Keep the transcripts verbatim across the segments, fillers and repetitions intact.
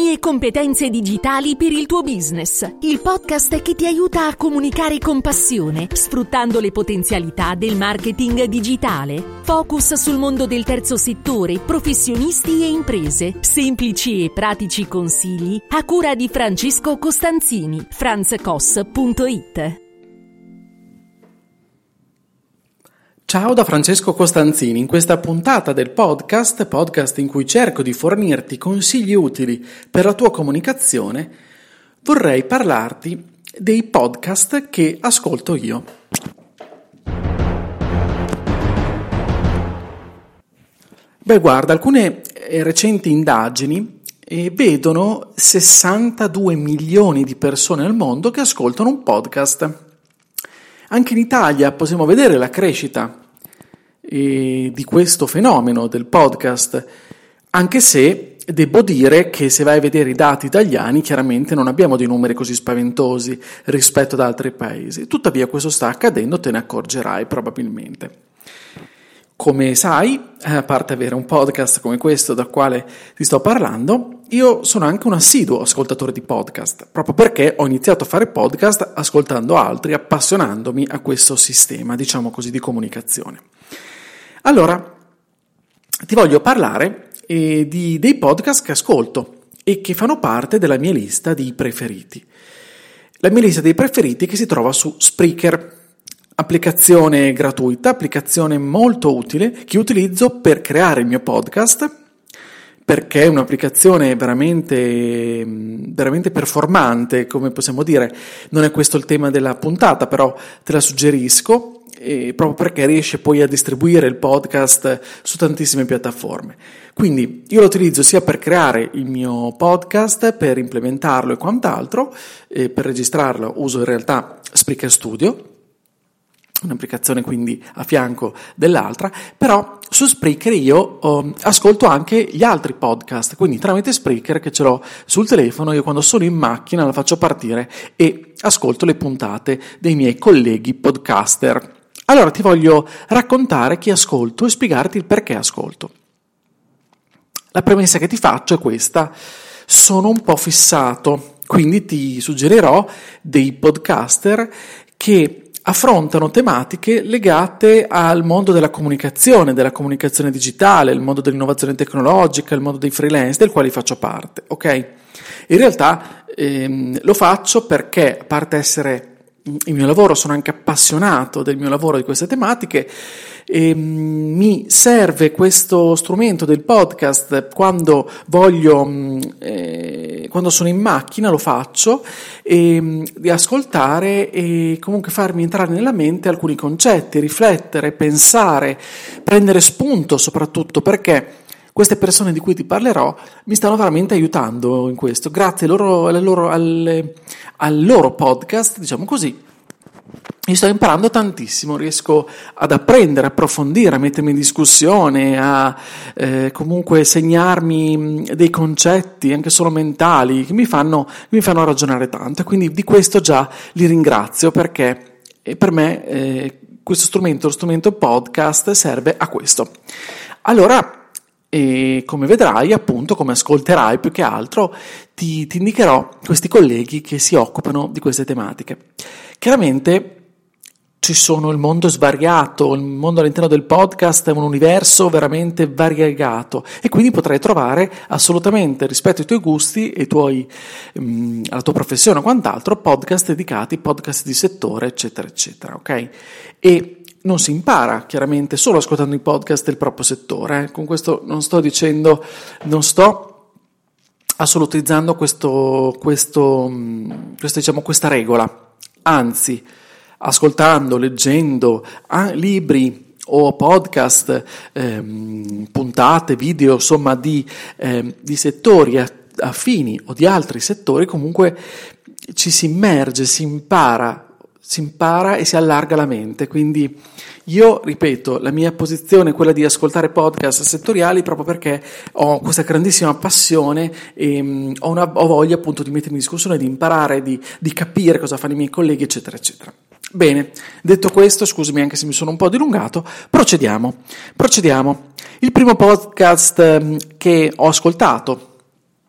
e competenze digitali per il tuo business. Il podcast che ti aiuta a comunicare con passione, sfruttando le potenzialità del marketing digitale. Focus sul mondo del terzo settore, professionisti e imprese. Semplici e pratici consigli a cura di Francesco Costanzini. franz cos punto it. Ciao da Francesco Costanzini. In questa puntata del podcast, podcast in cui cerco di fornirti consigli utili per la tua comunicazione, vorrei parlarti dei podcast che ascolto io. Beh, guarda, alcune recenti indagini eh, vedono sessantadue milioni di persone al mondo che ascoltano un podcast. Anche in Italia possiamo vedere la crescita eh, di questo fenomeno del podcast, anche se devo dire che se vai a vedere i dati italiani chiaramente non abbiamo dei numeri così spaventosi rispetto ad altri paesi. Tuttavia questo sta accadendo, te ne accorgerai probabilmente. Come sai, a parte avere un podcast come questo dal quale ti sto parlando, io sono anche un assiduo ascoltatore di podcast, proprio perché ho iniziato a fare podcast ascoltando altri, appassionandomi a questo sistema, diciamo così, di comunicazione. Allora, ti voglio parlare eh, di, dei podcast che ascolto e che fanno parte della mia lista di preferiti. La mia lista dei preferiti che si trova su Spreaker. Applicazione gratuita, applicazione molto utile che utilizzo per creare il mio podcast, perché è un'applicazione veramente, veramente performante, come possiamo dire. Non è questo il tema della puntata, però te la suggerisco, e proprio perché riesce poi a distribuire il podcast su tantissime piattaforme. Quindi io lo utilizzo sia per creare il mio podcast, per implementarlo e quant'altro, e per registrarlo uso in realtà Spreaker Studio, un'applicazione quindi a fianco dell'altra, però su Spreaker io um, ascolto anche gli altri podcast, quindi tramite Spreaker che ce l'ho sul telefono, io quando sono in macchina la faccio partire e ascolto le puntate dei miei colleghi podcaster. Allora ti voglio raccontare chi ascolto e spiegarti il perché ascolto. La premessa che ti faccio è questa: sono un po' fissato, quindi ti suggerirò dei podcaster che affrontano tematiche legate al mondo della comunicazione, della comunicazione digitale, il mondo dell'innovazione tecnologica, il mondo dei freelance, del quale faccio parte, ok? In realtà ehm, lo faccio perché, a parte essere il mio lavoro, sono anche appassionato del mio lavoro, di queste tematiche, e mi serve questo strumento del podcast quando voglio, eh, quando sono in macchina, lo faccio, e, di ascoltare e comunque farmi entrare nella mente alcuni concetti, riflettere, pensare, prendere spunto soprattutto, perché queste persone di cui ti parlerò mi stanno veramente aiutando in questo, grazie ai loro, alle loro, alle, al loro podcast, diciamo così. Io sto imparando tantissimo, riesco ad apprendere, a approfondire, a mettermi in discussione, a eh, comunque segnarmi dei concetti, anche solo mentali, che mi fanno, mi fanno ragionare tanto, e quindi di questo già li ringrazio, perché per me eh, questo strumento, lo strumento podcast, serve a questo. Allora, e come vedrai, appunto, come ascolterai più che altro, ti, ti indicherò questi colleghi che si occupano di queste tematiche. Chiaramente ci sono il mondo svariato, il mondo all'interno del podcast è un universo veramente variegato, e quindi potrai trovare assolutamente, rispetto ai tuoi gusti e ai tuoi, mh, alla tua professione o quant'altro, podcast dedicati, podcast di settore, eccetera, eccetera, ok? E non si impara chiaramente solo ascoltando i podcast del proprio settore, eh. Con questo non sto dicendo, non sto assolutizzando questo, questo, questo diciamo, questa regola, anzi, ascoltando, leggendo ah, libri o podcast, ehm, puntate, video, insomma, di, ehm, di settori affini o di altri settori, comunque ci si immerge, si impara, si impara e si allarga la mente. Quindi io, ripeto, la mia posizione è quella di ascoltare podcast settoriali proprio perché ho questa grandissima passione e mh, ho, una, ho voglia appunto di mettermi in discussione, di imparare, di, di capire cosa fanno i miei colleghi, eccetera, eccetera. Bene, detto questo, scusami anche se mi sono un po' dilungato, procediamo. Procediamo. Il primo podcast che ho ascoltato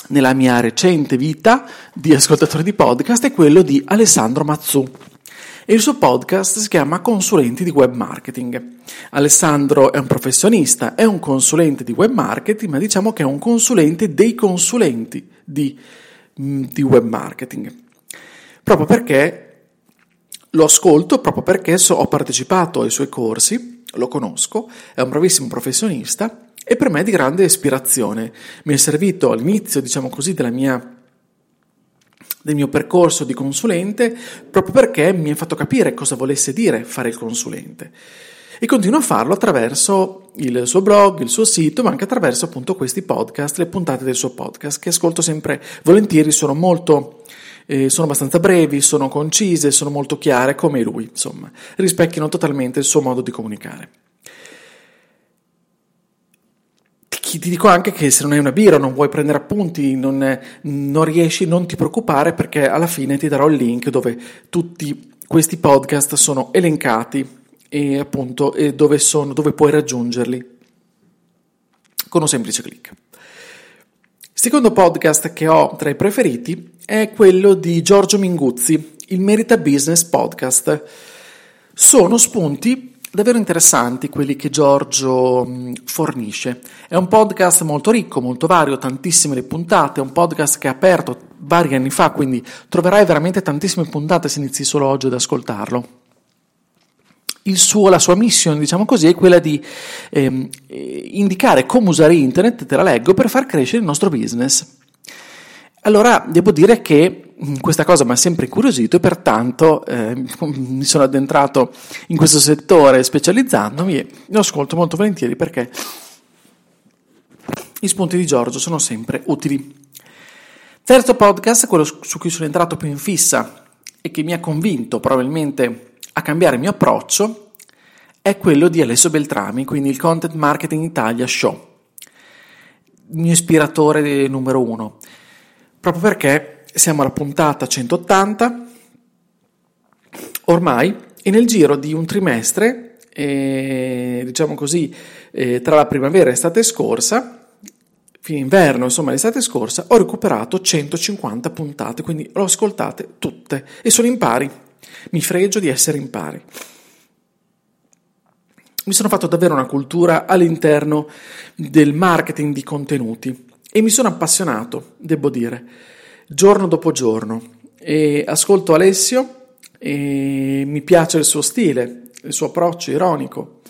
nella mia recente vita di ascoltatore di podcast è quello di Alessandro Mazzù. E il suo podcast si chiama Consulenti di Web Marketing. Alessandro è un professionista, è un consulente di web marketing, ma diciamo che è un consulente dei consulenti di, di web marketing. Proprio perché lo ascolto, proprio perché so, ho partecipato ai suoi corsi, lo conosco, è un bravissimo professionista e per me è di grande ispirazione. Mi è servito all'inizio, diciamo così, della mia del mio percorso di consulente, proprio perché mi ha fatto capire cosa volesse dire fare il consulente. E continuo a farlo attraverso il suo blog, il suo sito, ma anche attraverso appunto questi podcast, le puntate del suo podcast, che ascolto sempre volentieri, sono molto, eh, sono abbastanza brevi, sono concise, sono molto chiare, come lui, insomma, rispecchiano totalmente il suo modo di comunicare. Ti dico anche che se non hai una birra, non vuoi prendere appunti, non, non riesci, non ti preoccupare, perché alla fine ti darò il link dove tutti questi podcast sono elencati e appunto e dove, sono, dove puoi raggiungerli con un semplice clic. Il secondo podcast che ho tra i preferiti è quello di Giorgio Minguzzi, il Merita Business Podcast. Sono spunti davvero interessanti quelli che Giorgio fornisce. È un podcast molto ricco, molto vario, tantissime le puntate, è un podcast che è aperto vari anni fa, quindi troverai veramente tantissime puntate se inizi solo oggi ad ascoltarlo. Il suo, la sua missione, diciamo così, è quella di ehm, indicare come usare internet, te la leggo, per far crescere il nostro business. Allora, devo dire che questa cosa mi ha sempre incuriosito e pertanto eh, mi sono addentrato in questo settore specializzandomi e lo ascolto molto volentieri perché gli spunti di Giorgio sono sempre utili. Terzo podcast, quello su cui sono entrato più in fissa e che mi ha convinto probabilmente a cambiare il mio approccio, è quello di Alessio Beltrami, quindi il Content Marketing Italia Show, il mio ispiratore numero uno. Proprio perché siamo alla puntata centottanta ormai e nel giro di un trimestre, eh, diciamo così, eh, tra la primavera e l'estate scorsa, fine inverno, insomma l'estate scorsa, ho recuperato centocinquanta puntate, quindi le ho ascoltate tutte e sono in pari. Mi fregio di essere in pari. Mi sono fatto davvero una cultura all'interno del marketing di contenuti. E mi sono appassionato, devo dire, giorno dopo giorno. E ascolto Alessio e mi piace il suo stile, il suo approccio ironico,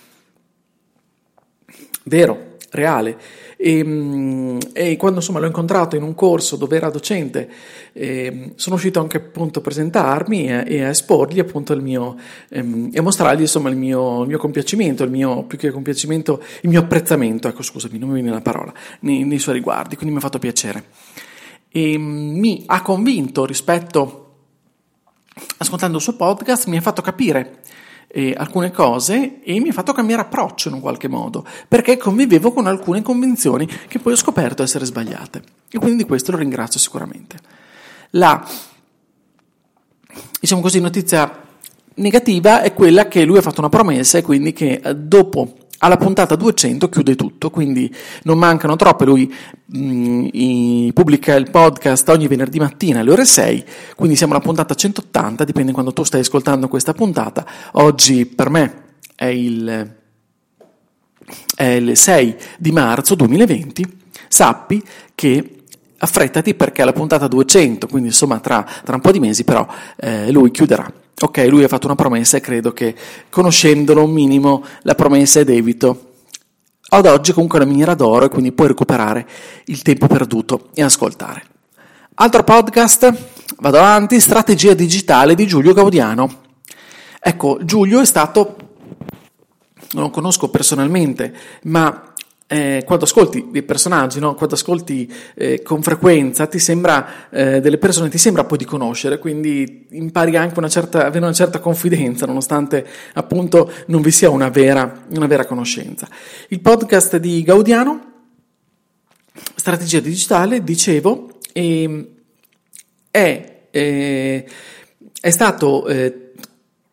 vero, reale. E, e quando insomma l'ho incontrato in un corso dove era docente, eh, sono uscito anche appunto a presentarmi e, e a esporgli appunto il mio ehm, e a mostrargli insomma il mio, il mio compiacimento, il mio più che compiacimento, il mio apprezzamento, ecco scusami, non mi viene la parola, nei, nei suoi riguardi, quindi mi ha fatto piacere. E mi ha convinto rispetto, ascoltando il suo podcast, mi ha fatto capire Eh, alcune cose e mi ha fatto cambiare approccio in un qualche modo, perché convivevo con alcune convinzioni che poi ho scoperto essere sbagliate e quindi di questo lo ringrazio sicuramente. La, diciamo così, notizia negativa è quella che lui ha fatto una promessa e quindi che dopo alla puntata duecento chiude tutto, quindi non mancano troppe, lui mh, pubblica il podcast ogni venerdì mattina alle ore sei, quindi siamo alla puntata centottanta, dipende quando tu stai ascoltando questa puntata. Oggi per me è il, è il sei di marzo duemilaventi, sappi che affrettati perché alla puntata duecento, quindi insomma tra, tra un po' di mesi però eh, lui chiuderà. Ok, lui ha fatto una promessa e credo che, conoscendolo un minimo, la promessa è debito. Ad oggi comunque è una miniera d'oro e quindi puoi recuperare il tempo perduto e ascoltare. Altro podcast, vado avanti, Strategia Digitale di Giulio Gaudiano. Ecco, Giulio è stato, non lo conosco personalmente, ma Eh, quando ascolti dei personaggi, no? Quando ascolti eh, con frequenza, ti sembra eh, delle persone, ti sembra poi di conoscere, quindi impari anche una certa, avere una certa confidenza, nonostante appunto non vi sia una vera, una vera conoscenza. Il podcast di Gaudiano, Strategia Digitale, dicevo, eh, è, eh, è stato eh,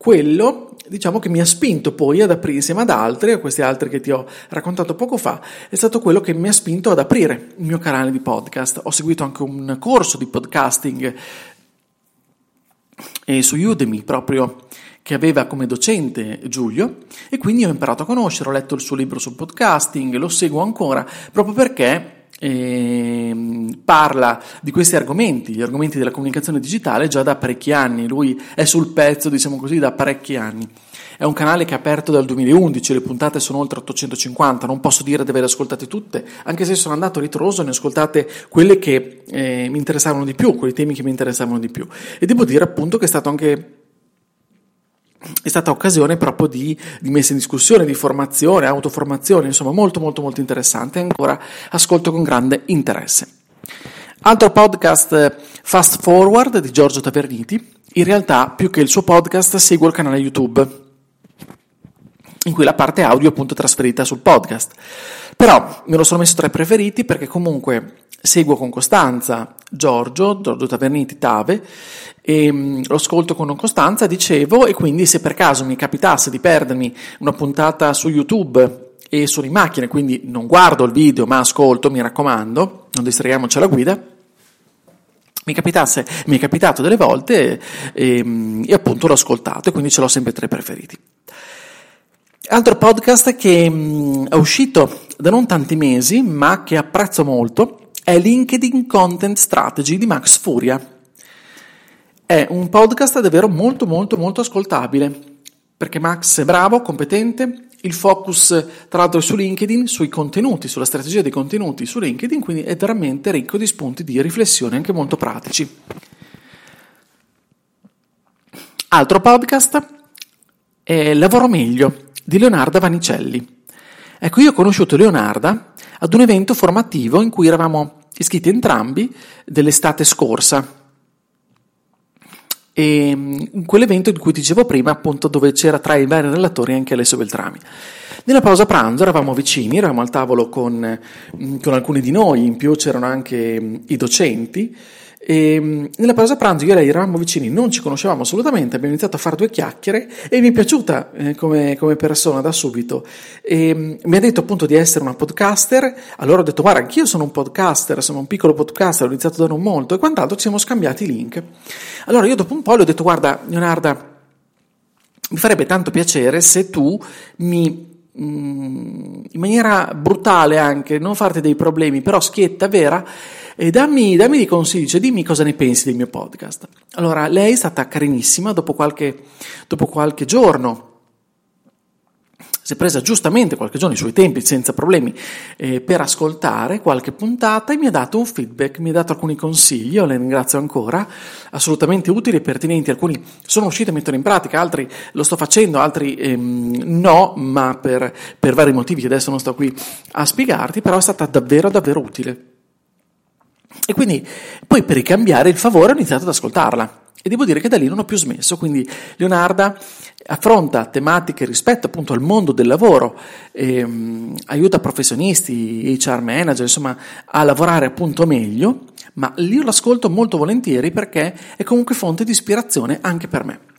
quello, diciamo, che mi ha spinto poi ad aprire, insieme ad altri, a questi altri che ti ho raccontato poco fa, è stato quello che mi ha spinto ad aprire il mio canale di podcast. Ho seguito anche un corso di podcasting e su Udemy proprio, che aveva come docente Giulio, e quindi ho imparato a conoscere, ho letto il suo libro sul podcasting, lo seguo ancora proprio perché eh, parla di questi argomenti, gli argomenti della comunicazione digitale, già da parecchi anni. Lui è sul pezzo, diciamo così, da parecchi anni. È un canale che è aperto dal duemilaundici, le puntate sono oltre ottocentocinquanta, non posso dire di aver ascoltate tutte, anche se sono andato a ritroso, ne ho ascoltate quelle che eh, mi interessavano di più, quei temi che mi interessavano di più. E devo dire appunto che è stato anche è stata occasione proprio di, di messa in discussione, di formazione, autoformazione, insomma molto molto molto interessante, ancora ascolto con grande interesse. Altro podcast, Fast Forward di Giorgio Taverniti. In realtà più che il suo podcast seguo il canale YouTube, in cui la parte audio è appunto trasferita sul podcast, però me lo sono messo tra i preferiti perché comunque seguo con costanza Giorgio, Giorgio Taverniti, Tave, e mh, lo ascolto con costanza, dicevo, e quindi se per caso mi capitasse di perdermi una puntata su YouTube e sono in macchina, quindi non guardo il video ma ascolto, mi raccomando, non distraiamoci alla guida, mi capitasse, mi è capitato delle volte e, e appunto l'ho ascoltato, e quindi ce l'ho sempre tra i preferiti. Altro podcast che mh, è uscito da non tanti mesi ma che apprezzo molto è LinkedIn Content Strategy di Max Furia. È un podcast davvero molto molto molto ascoltabile, perché Max è bravo, competente, il focus tra l'altro è su LinkedIn, sui contenuti, sulla strategia dei contenuti su LinkedIn, quindi è veramente ricco di spunti di riflessione anche molto pratici. Altro podcast è Lavoro Meglio di Leonarda Vanicelli. Ecco, io ho conosciuto Leonarda ad un evento formativo in cui eravamo iscritti entrambi dell'estate scorsa. E in quell'evento di cui ti dicevo prima, appunto, dove c'era tra i vari relatori anche Alessio Beltrami. Nella pausa pranzo eravamo vicini, eravamo al tavolo con, con alcuni di noi, in più c'erano anche i docenti, e nella pausa pranzo io e lei eravamo vicini, non ci conoscevamo assolutamente, abbiamo iniziato a fare due chiacchiere e mi è piaciuta eh, come, come persona da subito. E mi ha detto appunto di essere una podcaster, allora ho detto guarda, anch'io sono un podcaster, sono un piccolo podcaster, ho iniziato da non molto e quant'altro, ci siamo scambiati i link. Allora io dopo un po' le ho detto guarda Leonarda, mi farebbe tanto piacere se tu mi in maniera brutale anche, non farti dei problemi, però schietta, vera, e dammi, dammi dei consigli, cioè dimmi cosa ne pensi del mio podcast. Allora lei è stata carinissima, dopo qualche, dopo qualche giorno si è presa giustamente qualche giorno, i suoi tempi, senza problemi, eh, per ascoltare qualche puntata e mi ha dato un feedback, mi ha dato alcuni consigli, io le ringrazio ancora, assolutamente utili e pertinenti. Alcuni sono riusciti a mettere in pratica, altri lo sto facendo, altri ehm, no, ma per, per vari motivi che adesso non sto qui a spiegarti, però è stata davvero davvero utile. E quindi poi per ricambiare il favore ho iniziato ad ascoltarla. E devo dire che da lì non ho più smesso, quindi Leonarda affronta tematiche rispetto appunto al mondo del lavoro, ehm, aiuta professionisti, H R manager, insomma, a lavorare appunto meglio, ma io l'ascolto molto volentieri perché è comunque fonte di ispirazione anche per me.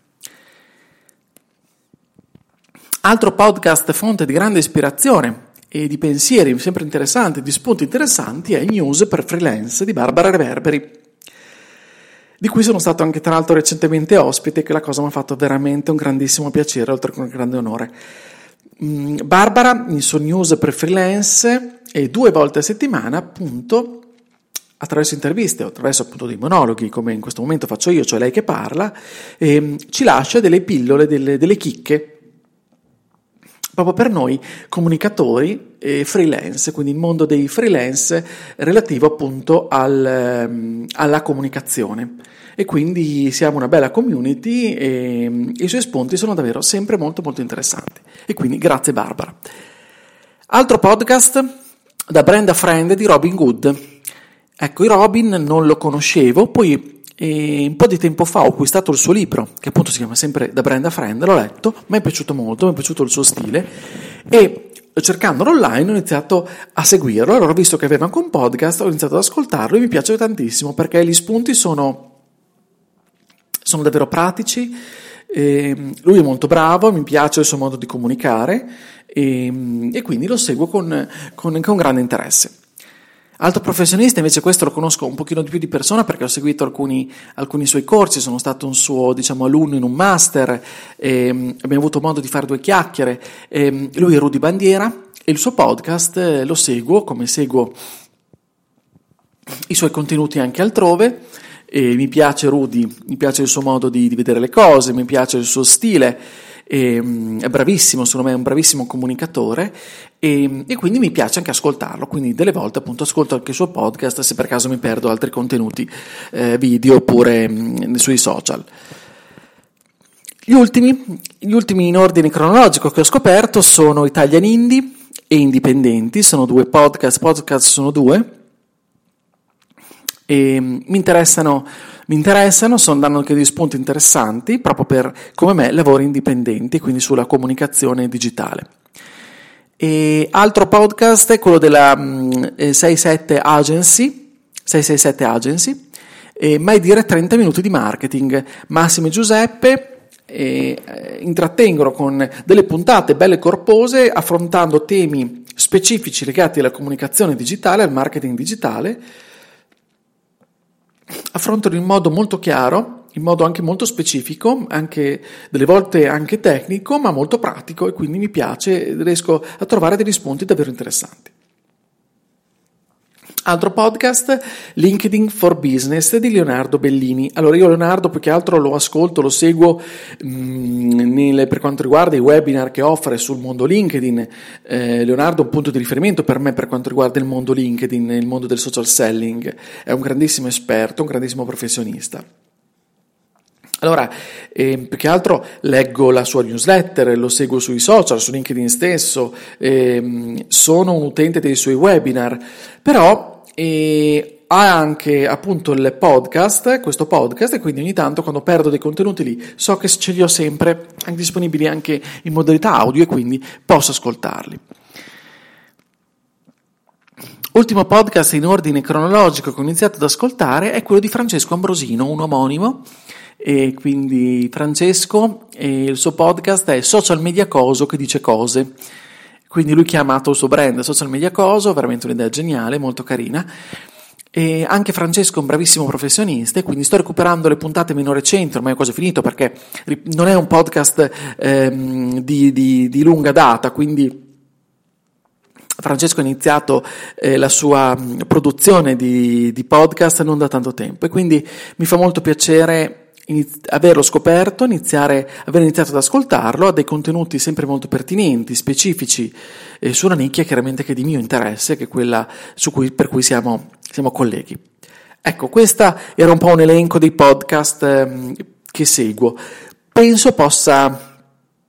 Altro podcast fonte di grande ispirazione e di pensieri sempre interessanti, di spunti interessanti, è News per Freelance di Barbara Reverberi, di cui sono stato anche tra l'altro recentemente ospite, che la cosa mi ha fatto veramente un grandissimo piacere, oltre che un grande onore. Barbara, il suo News per Freelance, e due volte a settimana, appunto, attraverso interviste o attraverso appunto dei monologhi, come in questo momento faccio io, cioè lei che parla, e ci lascia delle pillole, delle, delle chicche, proprio per noi comunicatori e freelance, quindi il mondo dei freelance relativo appunto al, alla comunicazione. E quindi siamo una bella community e i suoi spunti sono davvero sempre molto molto interessanti. E quindi grazie Barbara. Altro podcast da Brand a Friend di Robin Good. Ecco, io Robin non lo conoscevo, poi e un po' di tempo fa ho acquistato il suo libro, che appunto si chiama sempre Da Brand a Friend, l'ho letto, mi è piaciuto molto, mi è piaciuto il suo stile e cercandolo online ho iniziato a seguirlo. Allora ho visto che aveva anche un podcast, ho iniziato ad ascoltarlo e mi piace tantissimo perché gli spunti sono, sono davvero pratici, E lui è molto bravo, mi piace il suo modo di comunicare e, e quindi lo seguo con, con, con grande interesse. Altro professionista, invece questo lo conosco un pochino di più di persona perché ho seguito alcuni, alcuni suoi corsi, sono stato un suo diciamo, alunno in un master, e, abbiamo avuto modo di fare due chiacchiere. E, lui è Rudy Bandiera e il suo podcast lo seguo come seguo i suoi contenuti anche altrove. E mi piace Rudy, mi piace il suo modo di, di vedere le cose, mi piace il suo stile, e, è bravissimo, secondo me è un bravissimo comunicatore e, e quindi mi piace anche ascoltarlo, quindi delle volte appunto ascolto anche il suo podcast se per caso mi perdo altri contenuti eh, video oppure mh, sui social. Gli ultimi, gli ultimi in ordine cronologico che ho scoperto sono Italian Indie e Indipendenti, sono due podcast, podcast sono due, e mi interessano, mi interessano, stanno dando anche degli spunti interessanti proprio per, come me, lavori indipendenti, quindi sulla comunicazione digitale. E altro podcast è quello della mh, sei sette Agency, sei sei sette Agency, e mai dire trenta minuti di marketing. Massimo e Giuseppe eh, intrattengono con delle puntate belle corpose, affrontando temi specifici legati alla comunicazione digitale, al marketing digitale. Affrontano in modo molto chiaro, in modo anche molto specifico, anche delle volte anche tecnico, ma molto pratico, e quindi mi piace, riesco a trovare degli spunti davvero interessanti. Altro podcast, LinkedIn for Business di Leonardo Bellini. Allora io Leonardo più che altro lo ascolto, lo seguo mh, nelle, per quanto riguarda i webinar che offre sul mondo LinkedIn. Eh, Leonardo è un punto di riferimento per me per quanto riguarda il mondo LinkedIn, il mondo del social selling. È un grandissimo esperto, un grandissimo professionista. Allora, eh, più che altro leggo la sua newsletter, lo seguo sui social, su LinkedIn stesso, eh, sono un utente dei suoi webinar, però eh, ha anche appunto il podcast, questo podcast, e quindi ogni tanto quando perdo dei contenuti lì so che ce li ho sempre anche disponibili anche in modalità audio e quindi posso ascoltarli. Ultimo podcast in ordine cronologico che ho iniziato ad ascoltare è quello di Francesco Ambrosino, un omonimo. E quindi Francesco, e il suo podcast è Social Media Coso che dice cose, quindi lui chiamato il suo brand Social Media Coso, veramente un'idea geniale, molto carina. E anche Francesco è un bravissimo professionista e quindi sto recuperando le puntate meno recenti, ormai è quasi finito perché non è un podcast ehm, di, di, di lunga data, quindi Francesco ha iniziato eh, la sua mh, produzione di, di podcast non da tanto tempo e quindi mi fa molto piacere Iniz- averlo scoperto, iniziare, aver iniziato ad ascoltarlo, ha dei contenuti sempre molto pertinenti, specifici, eh, su una nicchia chiaramente che è di mio interesse, che è quella su cui, per cui siamo, siamo colleghi. Ecco, questo era un po' un elenco dei podcast eh, che seguo. Penso possa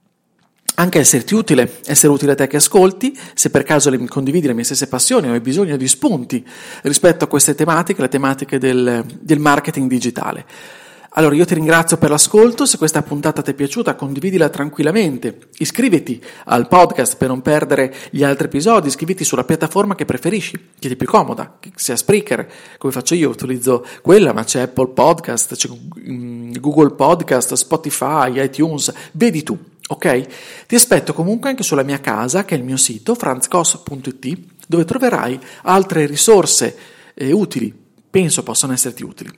anche esserti utile, essere utile a te che ascolti, se per caso le condividi le mie stesse passioni o hai bisogno di spunti rispetto a queste tematiche, le tematiche del, del marketing digitale. Allora io ti ringrazio per l'ascolto, se questa puntata ti è piaciuta condividila tranquillamente, iscriviti al podcast per non perdere gli altri episodi, iscriviti sulla piattaforma che preferisci, che ti è più comoda, che sia Spreaker, come faccio io, utilizzo quella, ma c'è Apple Podcast, c'è Google Podcast, Spotify, iTunes, vedi tu, ok? Ti aspetto comunque anche sulla mia casa, che è il mio sito, franz koss punto it, dove troverai altre risorse eh, utili, penso possano esserti utili.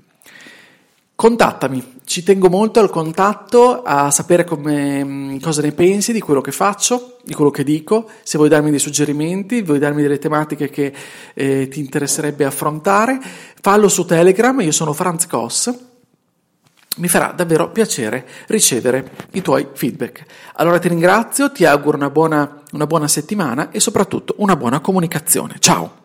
Contattami, ci tengo molto al contatto, a sapere come, cosa ne pensi di quello che faccio, di quello che dico, se vuoi darmi dei suggerimenti, vuoi darmi delle tematiche che eh, ti interesserebbe affrontare, fallo su Telegram, io sono Franz Koss, mi farà davvero piacere ricevere i tuoi feedback. Allora ti ringrazio, ti auguro una buona, una buona settimana e soprattutto una buona comunicazione. Ciao!